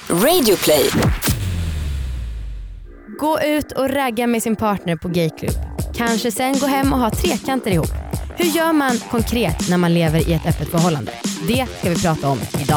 Radioplay. Gå ut och ragga med sin partner på gayklubb. Kanske sen gå hem och ha trekanter ihop. Hur gör man konkret när man lever i ett öppet förhållande? Det ska vi prata om idag.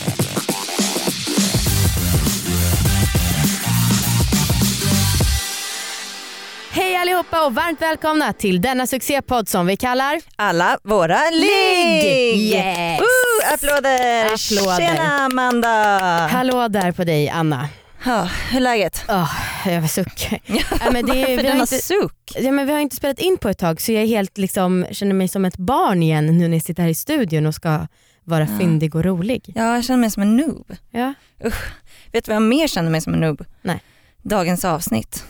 Hej allihopa och varmt välkomna till denna succépodd som vi kallar Alla våra ligg! Yes! Applåder! Tjena Amanda! Hallå där på dig Anna. Ja, hur är läget? Jag var suck. Men vi har inte spelat in på ett tag så jag är helt känner mig som ett barn igen nu när jag sitter här i studion och ska vara fyndig och rolig. Ja, jag känner mig som en noob. Ja. Vet du vad jag mer känner mig som en noob? Nej. Dagens avsnitt.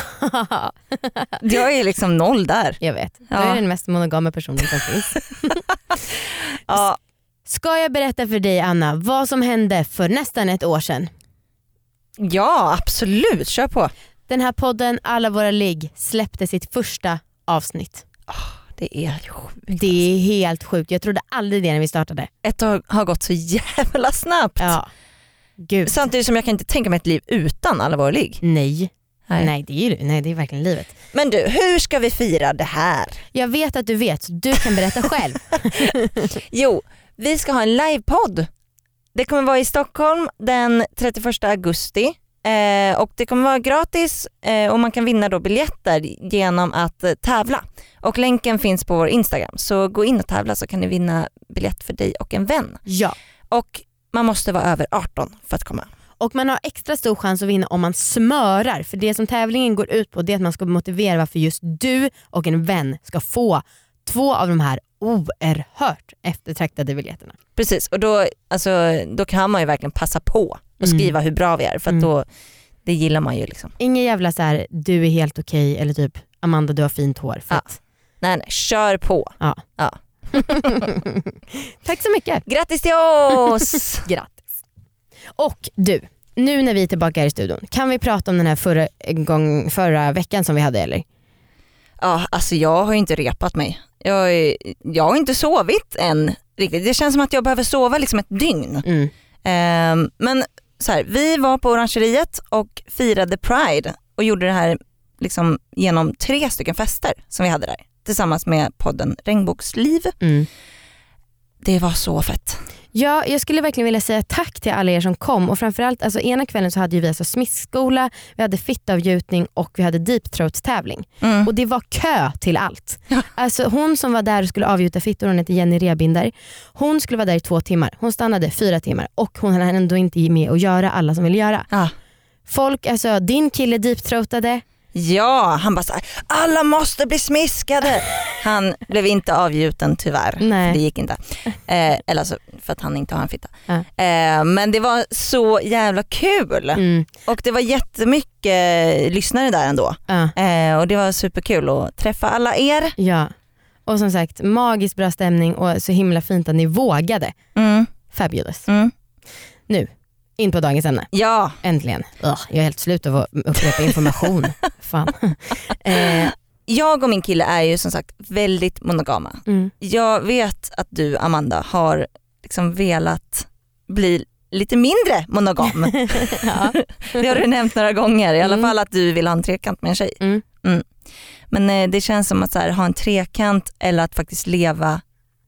Jag är liksom noll där. Jag vet. Jag är den mest monogama personen som finns. Ja. Ska jag berätta för dig Anna vad som hände för nästan ett år sedan? Ja, absolut. Kör på. Den här podden Alla våra ligg släppte sitt första avsnitt. Det är sjukt. Det är helt sjukt. Jag trodde aldrig det när vi startade. Ett år har gått så jävla snabbt. Ja. Gud. Samtidigt som jag kan inte tänka mig ett liv utan Alla våra ligg. Nej, det är verkligen livet. Men du, hur ska vi fira det här? Jag vet att du vet, så du kan berätta själv. Jo, vi ska ha en livepodd. Det kommer vara i Stockholm den 31 augusti och det kommer vara gratis och man kan vinna då biljetter genom att tävla. Och länken finns på vår Instagram, så gå in och tävla så kan ni vinna biljett för dig och en vän. Ja. Och man måste vara över 18 för att komma. Och man har extra stor chans att vinna om man smörar. För det som tävlingen går ut på det är att man ska motivera varför just du och en vän ska få 2 av de här oerhört eftertraktade biljetterna. Precis, och då kan man ju verkligen passa på och skriva hur bra vi är. För att då, det gillar man ju liksom. Ingen jävla så här, du är helt okej eller typ Amanda du har fint hår. För att... Nej, kör på. Ja. Tack så mycket. Grattis till oss! Grattis. Och du, nu när vi är tillbaka här i studion, kan vi prata om den här förra veckan som vi hade eller? Ja, alltså jag har ju inte repat mig. Jag har inte sovit än riktigt. Det känns som att jag behöver sova liksom ett dygn. Men så här, vi var på Orangeriet och firade Pride och gjorde det här liksom genom 3 stycken fester som vi hade där tillsammans med podden Regnbågsliv. Det var så fett. Ja, jag skulle verkligen vilja säga tack till alla er som kom och framförallt, alltså ena kvällen så hade ju vi alltså smiskskola, vi hade fittavgjutning och vi hade deep throat tävling. Och det var kö till allt. Alltså hon som var där och skulle avgjuta fittor, hon heter Jenny Rebinder, hon skulle vara där i 2 timmar, hon stannade 4 timmar och hon hade ändå inte med att göra alla som ville göra. Folk, alltså din kille deep throatade. Ja, han bara så här, alla måste bli smiskade. Han blev inte avgjuten tyvärr. Nej. Det gick inte. Eller alltså, för att han inte har en fitta. Men det var så jävla kul. Och det var jättemycket lyssnare där ändå. Och det var superkul att träffa alla er. Ja, och som sagt magiskt bra stämning och så himla fint att ni vågade. Fabulous. Nu in på dagens ämne. Ja. Äntligen. Jag är helt slut av att upprepa information. Fan. Jag och min kille är ju som sagt väldigt monogama. Jag vet att du Amanda har liksom velat bli lite mindre monogam. Det har du nämnt några gånger. I alla fall att du vill ha en trekant med en tjej. Men det känns som att så här, ha en trekant eller att faktiskt leva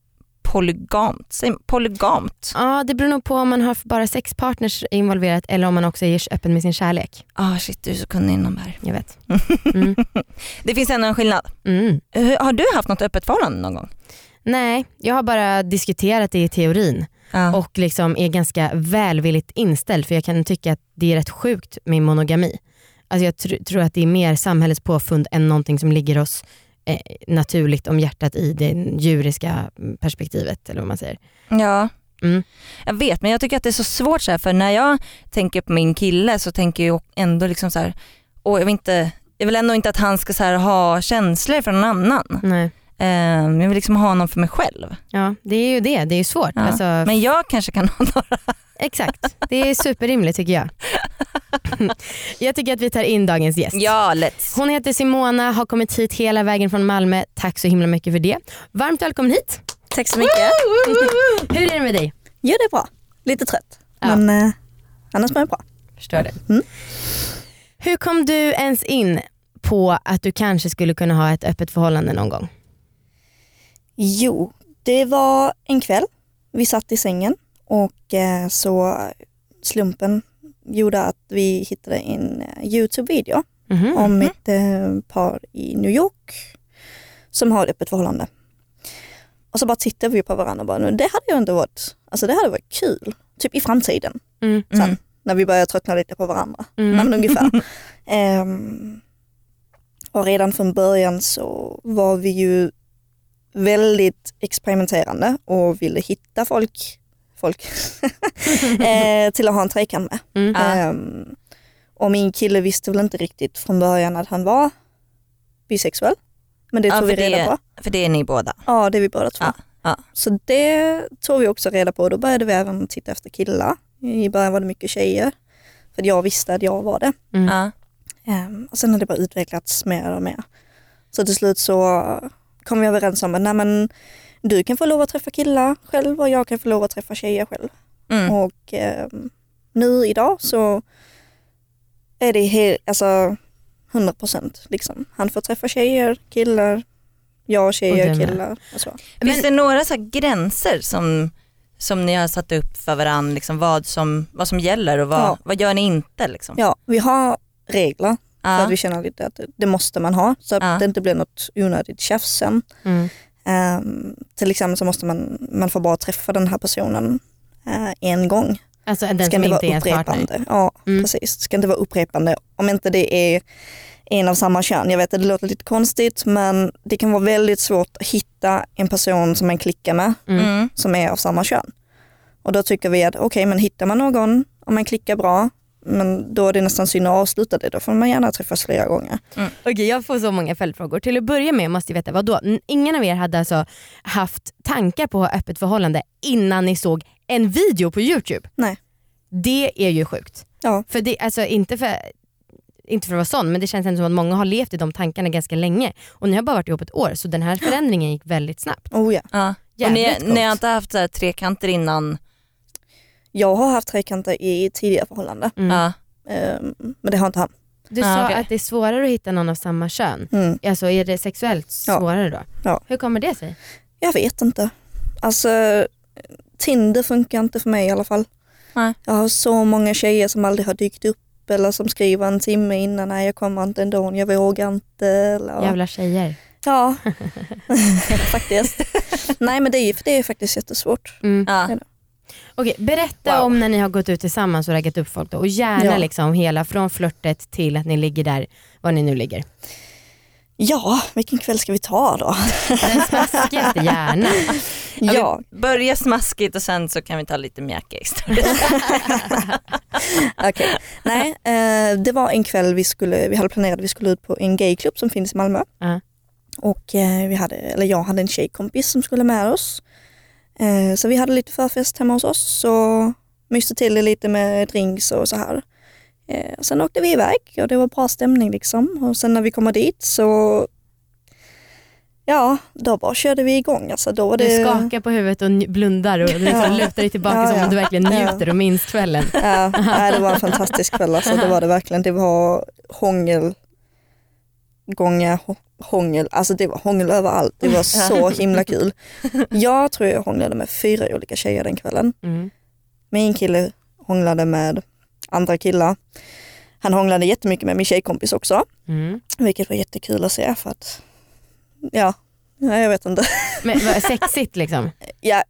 polygamt. Ja, det beror nog på om man har bara 6 partners involverat eller om man också är öppen med sin kärlek. Shit, du är så kunnig inom det här. Jag vet. Det finns ändå en skillnad. Har du haft något öppet förhållande någon gång? Nej, jag har bara diskuterat det i teorin. Och liksom är ganska välvilligt inställd, för jag kan tycka att det är rätt sjukt med monogami. Alltså jag tror att det är mer samhällets påfund än någonting som ligger oss naturligt om hjärtat i det djuriska perspektivet eller vad man säger. Ja. Jag vet, men jag tycker att det är så svårt så här, för när jag tänker på min kille så tänker jag ändå liksom så här, jag vill ändå inte att han ska så här ha känslor för någon annan. Nej. Jag vill liksom ha någon för mig själv. Ja, det är ju det är ju svårt. Ja. Alltså, men jag kanske kan ha några. Exakt, det är superrimligt tycker jag. Jag tycker att vi tar in dagens gäst. Ja, let's. Hon heter Simona, har kommit hit hela vägen från Malmö. Tack så himla mycket för det. Varmt välkommen hit. Tack så mycket. Hur är det med dig? Jo, det är bra. Lite trött. Ja. Men Annars var det bra. Förstår det. Hur kom du ens in på att du kanske skulle kunna ha ett öppet förhållande någon gång? Jo, det var en kväll. Vi satt i sängen och så slumpen gjorde att vi hittade en YouTube-video om ett par i New York som har ett öppet förhållande. Och så bara tittade vi på varandra och bara, det hade ju inte varit, alltså det hade varit kul. Typ i framtiden. Sen, när vi började tröttna lite på varandra. Men ungefär. Och redan från början så var vi ju väldigt experimenterande och ville hitta folk till att ha en trekant med. Och min kille visste väl inte riktigt från början att han var bisexuell. Men det tog vi reda på. För det är ni båda? Ja, det är vi båda två. Så det tog vi också reda på. Då började vi även titta efter killar. I början var det mycket tjejer. För jag visste att jag var det. Och sen har det bara utvecklats mer och mer. Så till slut så kom vi överens om att du kan få lov att träffa killar själv och jag kan få lov att träffa tjejer själv. Och nu idag så är det 100% liksom. Han får träffa tjejer, killar, jag tjejer, killar och så. Finns det några så här gränser som ni har satt upp för varandra, liksom vad som gäller och vad gör ni inte? Liksom? Ja, vi har regler för att vi känner lite att det måste man ha så att det inte blir något onödigt tjafs sen. Till exempel så måste man får bara träffa den här personen en gång. Alltså den som inte är ens partner. Ja, precis. Det ska inte vara upprepande om inte det är en av samma kön. Jag vet att det låter lite konstigt men det kan vara väldigt svårt att hitta en person som man klickar med som är av samma kön. Och då tycker vi att men hittar man någon om man klickar bra, men då är det nästan synd att avsluta det. Då får man gärna träffas flera gånger. Okej, jag får så många följdfrågor. Till att börja med måste jag veta, vadå? Ingen av er hade alltså haft tankar på att ha öppet förhållande innan ni såg en video på YouTube? Nej. Det är ju sjukt. Ja. För det, alltså inte för att vara sån, men det känns ändå som att många har levt i de tankarna ganska länge. Och ni har bara varit ihop ett år, så den här förändringen gick väldigt snabbt. Oh ja. Och ni har inte haft så här trekanter innan? Jag har haft trekanter i tidigare förhållanden. Men det har inte han. Du sa att det är svårare att hitta någon av samma kön. Alltså är det sexuellt svårare då? Ja. Hur kommer det sig? Jag vet inte. Alltså Tinder funkar inte för mig i alla fall. Jag har så många tjejer som aldrig har dykt upp eller som skriver en timme innan, nej jag kommer inte ändå, jag vågar inte. Eller... Jävla tjejer. Ja, faktiskt. Nej men det är faktiskt jättesvårt. Okej, berätta om när ni har gått ut tillsammans och raggat upp folk då. Och gärna liksom hela från flörtet till att ni ligger där, var ni nu ligger. Ja, vilken kväll ska vi ta då? Den smaskigaste gärna. Ja. Börja smaskigt och sen så kan vi ta lite mjäka extra. Okej. Nej, det var en kväll vi hade planerat att vi skulle ut på en gayklubb som finns i Malmö. Och jag hade en tjejkompis som skulle med oss. Så vi hade lite förfest hemma hos oss och myste till det lite med drinks och så här. Och sen åkte vi iväg och det var bra stämning liksom. Och sen när vi kommer dit så då bara körde vi igång. Alltså, då var det... Du skakar på huvudet och blundar och liksom lutar dig tillbaka som om du verkligen njuter och minns kvällen. Det var en fantastisk kväll. Alltså, det var det verkligen. Det var hångel, alltså det var hångel överallt. Det var så himla kul. Jag tror jag hånglade med 4 olika tjejer den kvällen. Min kille hånglade med andra killar. Han hånglade jättemycket med min tjejkompis också. Vilket var jättekul att se för att jag vet inte. Men var det sexigt liksom? Ja.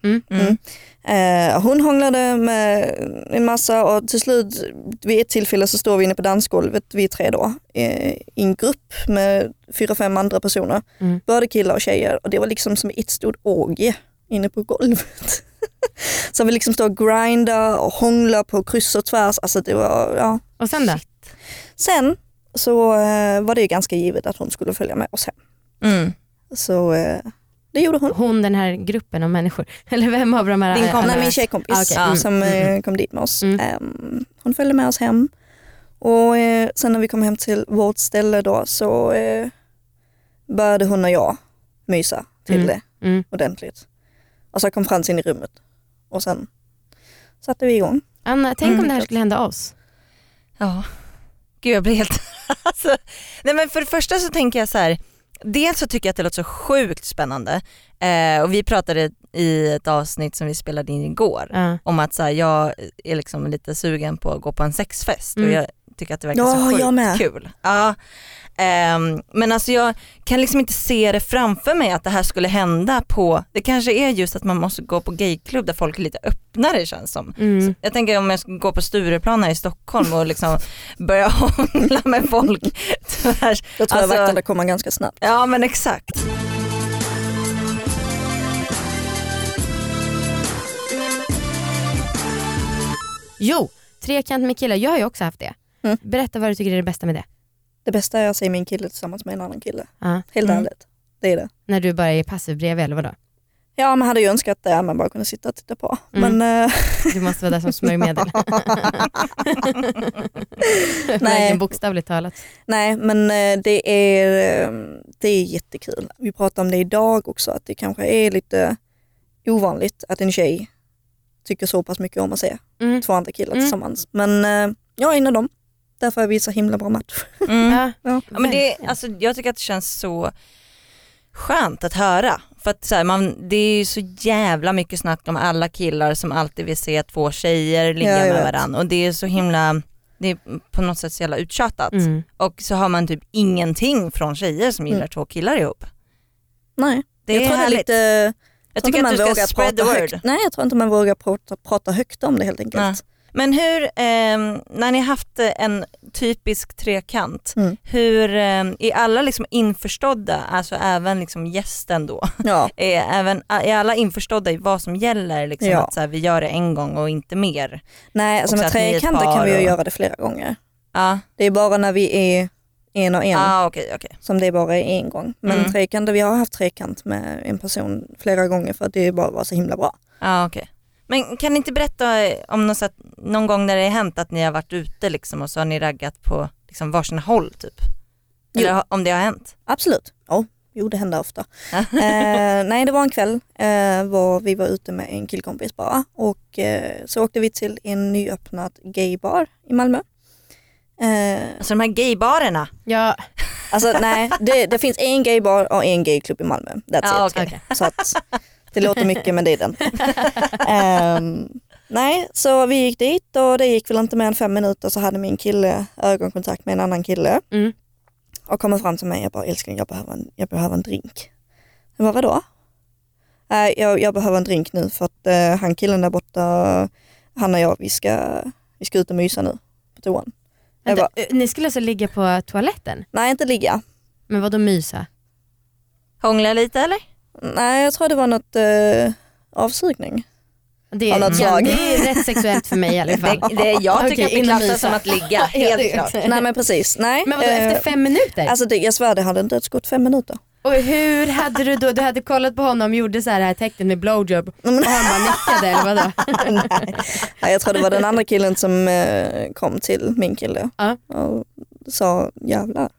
Hon hånglade med en massa och till slut vid ett tillfälle så står vi inne på dansgolvet, vi 3 då, i en grupp med 4-5 andra personer. Både killar och tjejer och det var liksom som ett stort orgie inne på golvet. Så vi liksom stod och grinda och hångla på kryss och tvärs. Alltså det var, Och sen då? Sen så var det ju ganska givet att hon skulle följa med oss hem. Så det gjorde hon. Hon, den här gruppen av människor? Eller vem av de här? Min tjejkompis som kom dit med oss. Hon följde med oss hem. Och sen när vi kom hem till vårt ställe då så började hon och jag mysa till det ordentligt. Och så kom Frans in i rummet. Och sen satte vi igång. Anna, tänk om det här skulle hända oss. Ja, gud jag blir helt... alltså, nej men för det första så tänker jag så här, dels så tycker jag att det låter så sjukt spännande. Och vi pratade i ett avsnitt som vi spelade in igår om att så här, jag är liksom lite sugen på att gå på en sexfest och jag tycker att det verkar så sjukt kul. Ja. Men alltså jag kan liksom inte se det framför mig att det här skulle hända på, det kanske är just att man måste gå på gayklubb där folk är lite öppnare känns som. Så jag tänker om jag ska gå på Stureplan här i Stockholm och liksom börja hångla med folk. Jag tror att det kommer ganska snabbt. Ja men exakt. Jo, trekant med killar, jag har ju också haft det. Berätta vad du tycker är det bästa med det. Det bästa är att se min kille tillsammans med en annan kille. Helt ärligt. Det är det. När du bara är passiv bredvid eller vadå? Ja, man hade ju önskat det, man bara kunde sitta och titta på. Men, du måste vara där som smörjmedel. Nej, bokstavligt talat. Nej, men det är jättekul. Vi pratade om det idag också, att det kanske är lite ovanligt att en tjej tycker så pass mycket om att se två andra killar tillsammans. Men jag är en av dem. Därför är vi så himla bra match. Ja, men alltså, jag tycker att det känns så skönt att höra. För att så här, det är ju så jävla mycket snack om alla killar som alltid vill se två tjejer ligga med varandra. Och det är så himla, det är på något sätt så jävla uttjatat. Och så har man typ ingenting från tjejer som gillar två killar ihop. Nej, jag tror det är lite... Jag tycker att du ska spread the word. Nej, jag tror inte man vågar prata högt om det helt enkelt. Nej. Men hur, när ni haft en typisk trekant, hur är alla liksom införstådda, alltså även liksom gästen då? Ja. Är alla införstådda i vad som gäller? Liksom, att så här, vi gör det en gång och inte mer? Nej, alltså med trekanter kan vi ju göra det flera gånger. Det är bara när vi är en och en okay. som det bara är en gång. Men trekanter, vi har haft trekant med en person flera gånger för att det bara var så himla bra. Okej. Men kan ni inte berätta om någon gång när det har hänt att ni har varit ute liksom, och så har ni raggat på liksom, varsina håll typ? Eller om det har hänt? Absolut. Jo, det händer ofta. Nej, det var en kväll vi var ute med en killkompis bara. Och så åkte vi till en nyöppnad gaybar i Malmö. Alltså de här gaybarerna? Ja. Alltså nej, det finns en gaybar och en gayklubb i Malmö. That's it. Okay. Så att det låter mycket, men det är den. Nej, så vi gick dit och det gick väl inte mer än 5 minuter så hade min kille ögonkontakt med en annan kille. Och kommer fram till mig, jag bara, älskling, jag behöver en drink. Jag bara, vadå? Jag behöver en drink nu för att han killen där borta, han och jag, vi ska ut och mysa nu på toan. Bara, ni skulle alltså ligga på toaletten? Nej, inte ligga. Men vad då mysa? Hångla lite eller? Nej, jag tror det var något avsugning. Det är rätt sexuellt för mig i alla fall. Jag tycker att det klassas som att ligga, helt klart. Nej men precis, nej. Men vadå, efter 5 minuter? Alltså jag svär, det hade inte ens gått 5 minuter. Och hur hade du då, du hade kollat på honom och gjorde så här tecknet med blowjob och han bara nickade eller vadå? Nej, jag tror det var den andra killen som kom till min kille och sa jävlar.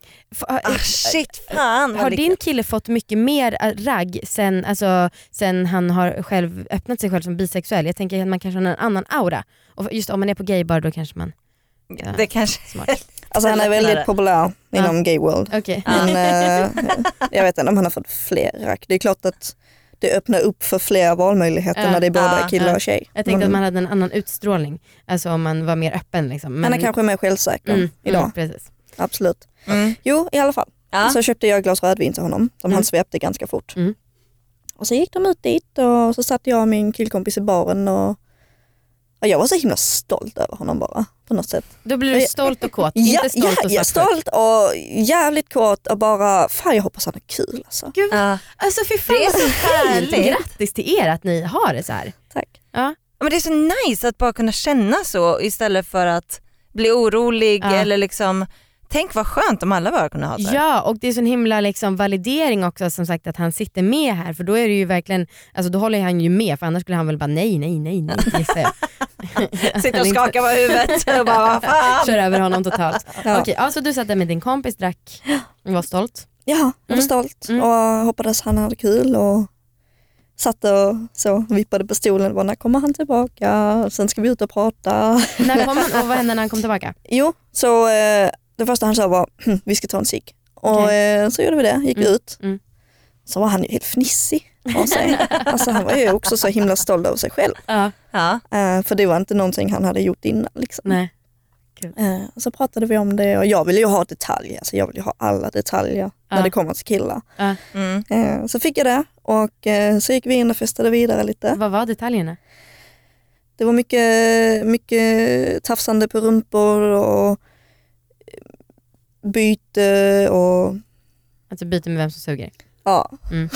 Shit, fan. Har din kille fått mycket mer ragg sen han har själv öppnat sig själv som bisexuell? Jag tänker att man kanske har en annan aura. Och just om man är på gaybar då kanske man... Ja, det kanske... Smart. Alltså han är väldigt populär inom gay world. Okay. Men jag vet inte om han har fått fler ragg. Det är klart att det öppnar upp för fler valmöjligheter när det är både killar och tjej. Jag tänkte att man hade en annan utstrålning. Alltså om man var mer öppen. Liksom. Men... Han är kanske mer självsäker idag. Precis. Absolut. Jo, i alla fall. Så köpte jag ett glas rödvin till honom som han svepte ganska fort. Och så gick de ut dit och så satt jag och min killkompis i baren och jag var så himla stolt över honom bara på något sätt. Då blir du stolt och kåt, inte stolt och stolt och jävligt kåt och bara, fan jag hoppas han är kul alltså. Gud, alltså fy fan, det är så härligt. Grattis till er att ni har det så här. Tack. Ja. Men det är så nice att bara kunna känna så istället för att bli orolig eller liksom... Tänk vad skönt om alla bara kunde ha det. Ja, och det är så en himla liksom validering också som sagt att han sitter med här. För då är det ju verkligen, alltså då håller han ju med. För annars skulle han väl bara nej. Sitter och skakar på huvudet och bara vad fan. Kör över honom totalt. Okej, alltså du satt där med din kompis, drack och var stolt. Ja, jag var stolt och hoppades han hade kul och satt och så vippade på stolen och bara, när kommer han tillbaka? Sen ska vi ut och prata. När kom han och vad hände när han kom tillbaka? Jo, så det första han sa var, vi ska ta en cigg. Och så gjorde vi det, gick ut. Så var han ju helt fnissig av sig. Alltså han var ju också så himla stolt över sig själv. För det var inte någonting han hade gjort innan. Liksom. Nej. Så pratade vi om det och jag ville ju ha detaljer. Alltså jag ville ju ha alla detaljer när det kommer till killar. Så fick jag det och så gick vi in och festade vidare lite. Vad var detaljerna? Det var mycket tafsande på rumpor och byte och... Alltså byte med vem som suger? Ja.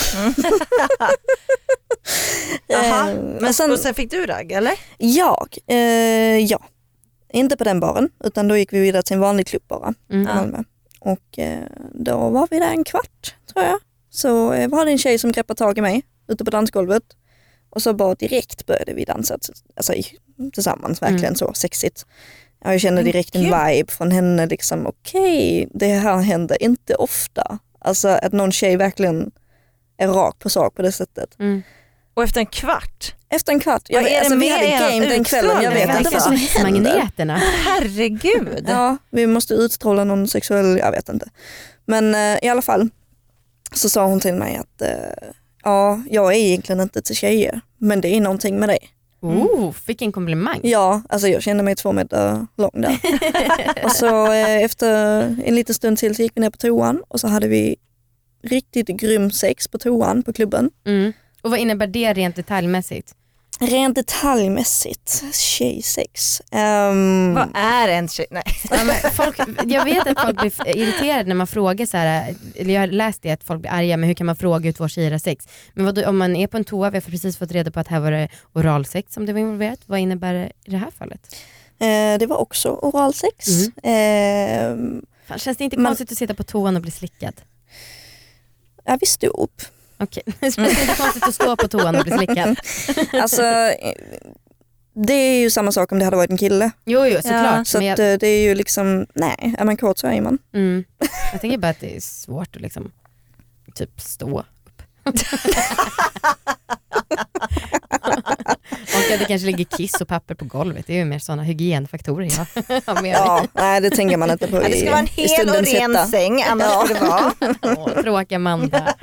Men sen fick du ragg, eller? Ja. Inte på den baren, utan då gick vi vidare till en vanlig klubb bara. Och då var vi där en kvart, tror jag. Så var det en tjej som greppade tag i mig ute på dansgolvet. Och så bara direkt började vi dansa tillsammans, verkligen så sexigt. Jag kände direkt en vibe från henne, liksom okej, det här händer inte ofta. Alltså att någon tjej verkligen är rak på sak på det sättet. Och efter en kvart? Efter en kvart. Vi hade game den kvällen, jag vet inte vad som hände. Magneterna. Herregud. Ja, vi måste utstråla någon sexuell, jag vet inte. Men i alla fall så sa hon till mig att jag är egentligen inte till tjejer, men det är någonting med dig. Fick en komplimang. Ja, alltså jag kände mig 2 meter lång där. Och så efter en liten stund till så gick vi ner på toan och så hade vi riktigt grym sex på toan på klubben. Och vad innebär det rent detaljmässigt? Rent detaljmässigt, tjejsex. Vad är en tjej? Nej. Ja, men jag vet att folk blir irriterade när man frågar så här, eller jag har läst det att folk blir arga, men hur kan man fråga ut 2 tjejer har sex? Men om man är på en toa, vi har precis fått reda på att här var det oralsex som det var involverat. Vad innebär det i det här fallet? Det var också oralsex. Fan, känns det inte konstigt att sitta på toan och bli slickad? Ja, vi stod upp. Okej, det känns inte konstigt att stå på toan och bli slickad. Alltså, det är ju samma sak om det hade varit en kille. Jo, såklart. Så att, det är ju liksom, nej, är man kort så är man. Jag tänker bara att det är svårt att liksom typ stå upp. Och att det kanske ligger kiss och papper på golvet. Det är ju mer sådana hygienfaktorer jag har med mig. Nej, det tänker man inte på. Det ska vara en hel och ren säng, annars får det vara. Tråkiga Amanda.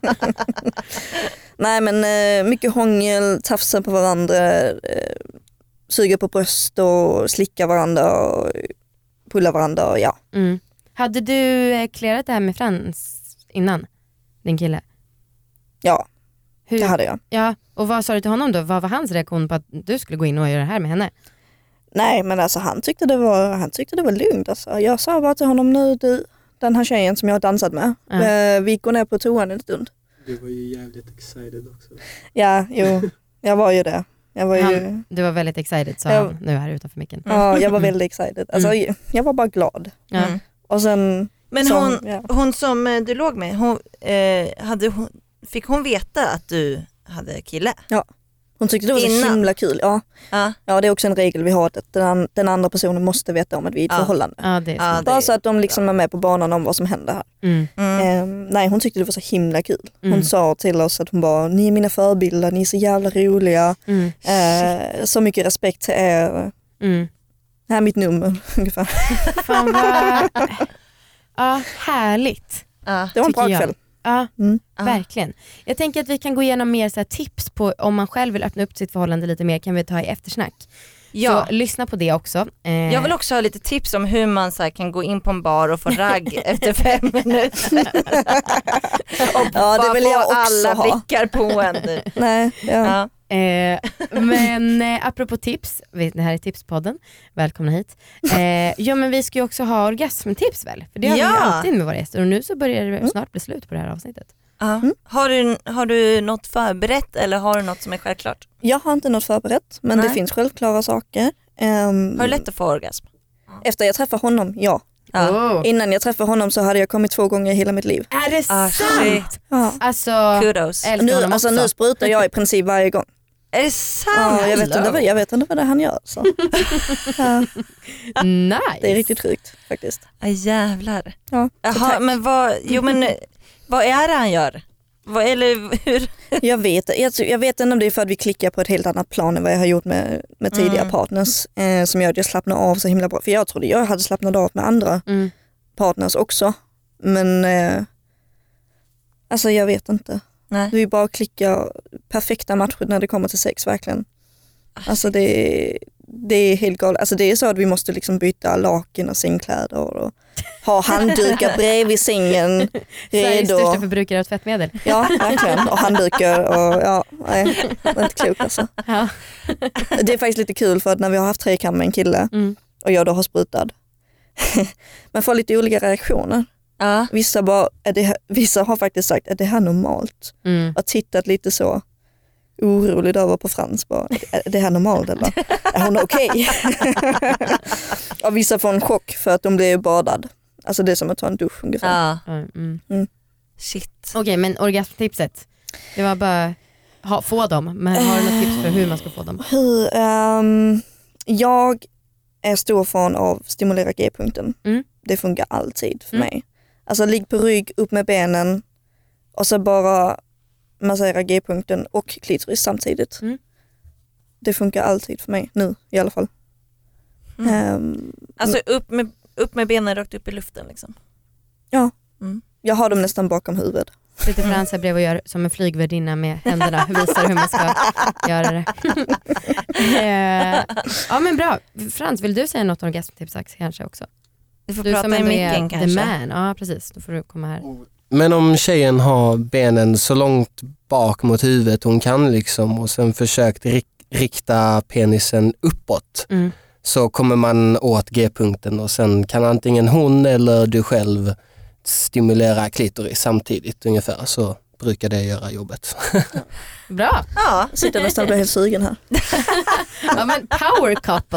Nej, men mycket hångel, tafsa på varandra, suga på bröst och slicka varandra och pulla varandra och Hade du klarat det här med Frans innan? Din kille? Ja, det hade jag. Ja, och vad sa du till honom då? Vad var hans reaktion på att du skulle gå in och göra det här med henne? Nej, men alltså han tyckte det var lugnt. Alltså. Jag sa bara till honom nu, den här tjejen som jag har dansat med, vi går ner på toan en stund. Du var ju jävligt excited också. Ja, jo, jag var ju det. Du var väldigt excited, sa han nu här utanför micken. Ja, jag var väldigt excited. Alltså, jag var bara glad. Och sen, men hon som du låg med, fick hon veta att du hade kille? Ja, hon tyckte det var så himla kul. Ja, det är också en regel vi har, att den andra personen måste veta om att vi är i ett förhållande. Ja, det är bara så att de liksom är med på banan om vad som händer här. Nej, hon tyckte det var så himla kul. Hon sa till oss att hon bara, ni är mina förebilder, ni är så jävla roliga. Så mycket respekt till er. Det här är mitt nummer ungefär. Fan vad... Ja, härligt. Det var en bra kväll. Ja, verkligen. Jag tänker att vi kan gå igenom mer så här tips på om man själv vill öppna upp sitt förhållande lite mer, kan vi ta i eftersnack. Ja. Så lyssna på det också. Jag vill också ha lite tips om hur man så här kan gå in på en bar och få ragg efter 5 minuter. Och det vill jag också alla ha. blickar på en. Nej, men apropå tips, det här är tipspodden, välkomna hit. Men vi ska ju också ha orgasmtips väl? För det har vi ju alltid med våra gäster och nu så börjar det snart bli slut på det här avsnittet. Har du något förberett eller har du något som är självklart? Jag har inte något förberett, men det finns självklara saker. Har du lätt att få orgasm? Efter jag träffade honom, Innan jag träffade honom så hade jag kommit 2 gånger i hela mitt liv. Är det sant? Ja. Alltså, kudos. Nu sprutar jag i princip varje gång. Är det sant? Ja, jag vet inte vad det han gör. Så. Nice. Det är riktigt sjukt faktiskt. Jävlar. Ja, jaha, men vad är det han gör? Eller hur? Jag vet inte om det är för att vi klickar på ett helt annat plan än vad jag har gjort med tidigare partners som gör att jag slappnar av så himla bra. För jag trodde jag hade slappnat av med andra partners också. Men alltså jag vet inte. Nej. Vi bara klickar perfekta matcher när det kommer till sex verkligen. Alltså det är helt galet. Alltså det är så att vi måste liksom byta laken och sängkläder och ha handdukar bredvid sängen redo. Sveriges största förbrukare av tvättmedel. Ja, verkligen. Och handdukar och nej, det är inte klokt alltså. Ja. Det är faktiskt lite kul för att när vi har haft trekam med en kille och jag då har sprutad. Man får lite olika reaktioner. Ja. Vissa har faktiskt sagt att det här är normalt. Och tittat lite så orolig över på Frans. Bara, är det här normalt eller? Är hon okej? Och vissa får en chock för att de blir badad. Alltså det är som att ta en dusch ungefär. Ja. Shit. Okej, men orgasmtipset. Det var bara få dem. Men har du något tips för hur man ska få dem? Jag är stor fan av stimulera G-punkten. Det funkar alltid för mig. Alltså ligg på rygg, upp med benen och så bara massera G-punkten och klitoris samtidigt. Det funkar alltid för mig nu i alla fall. Alltså upp med benen rakt upp i luften liksom. Ja, jag har dem nästan bakom huvudet. Sitter Frans här bredvid och gör som en flygvärdinna med händerna. Visar hur man ska göra det. Ja men bra. Frans, vill du säga något om orgasmtips kanske också? Du får du prata som i micken kanske. The man. Ja precis, då får du komma här. Men om tjejen har benen så långt bak mot huvudet hon kan liksom och sen försökt rikta penisen uppåt så kommer man åt G-punkten och sen kan antingen hon eller du själv stimulera klitoris samtidigt ungefär, så brukar det göra jobbet. Bra. Ja. Sitter nästan och blir helt sugen här. Ja men power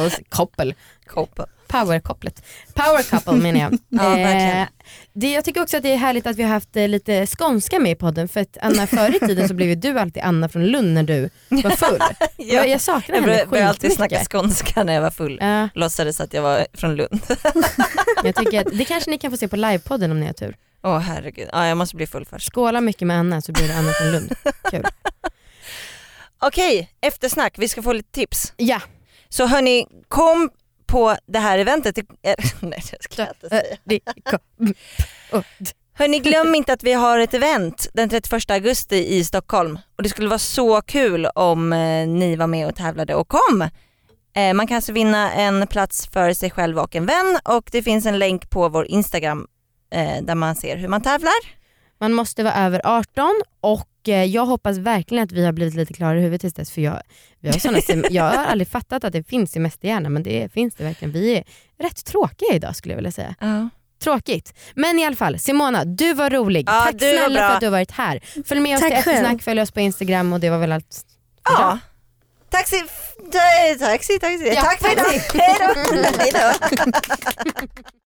couple menar jag. Ja, verkligen. Jag tycker också att det är härligt att vi har haft lite skånska med i podden, för att Anna, förr i tiden så blev ju du alltid Anna från Lund när du var full. Ja. Jag saknar henne Jag började alltid skitmycket. snacka skånska när jag var full. Ja. Låtsades att jag var från Lund. Jag tycker att det kanske ni kan få se på livepodden om ni har tur. Herregud. Ja, jag måste bli full först. Skåla mycket med Anna så blir det Anna från Lund. Kul. Okej, eftersnack. Vi ska få lite tips. Ja. Så hörni, kom på det här eventet. Nej, det ska jag inte säga. Hörni, glöm inte att vi har ett event den 31 augusti i Stockholm. Och det skulle vara så kul om ni var med och tävlade och kom. Man kan alltså vinna en plats för sig själv och en vän. Och det finns en länk på vår Instagram där man ser hur man tävlar. Man måste vara över 18 och jag hoppas verkligen att vi har blivit lite klara i huvudet tills dess, för jag har aldrig fattat att det finns semesterhjärna, men det finns det verkligen. Vi är rätt tråkiga idag skulle jag vilja säga. Tråkigt. Men i alla fall, Simona, du var rolig. Ja, tack snälla för att du har varit här. Följ med oss till eftersnack, följ oss på Instagram och det var väl allt. Ja. Taxi. Ja, tack för idag. Hej då.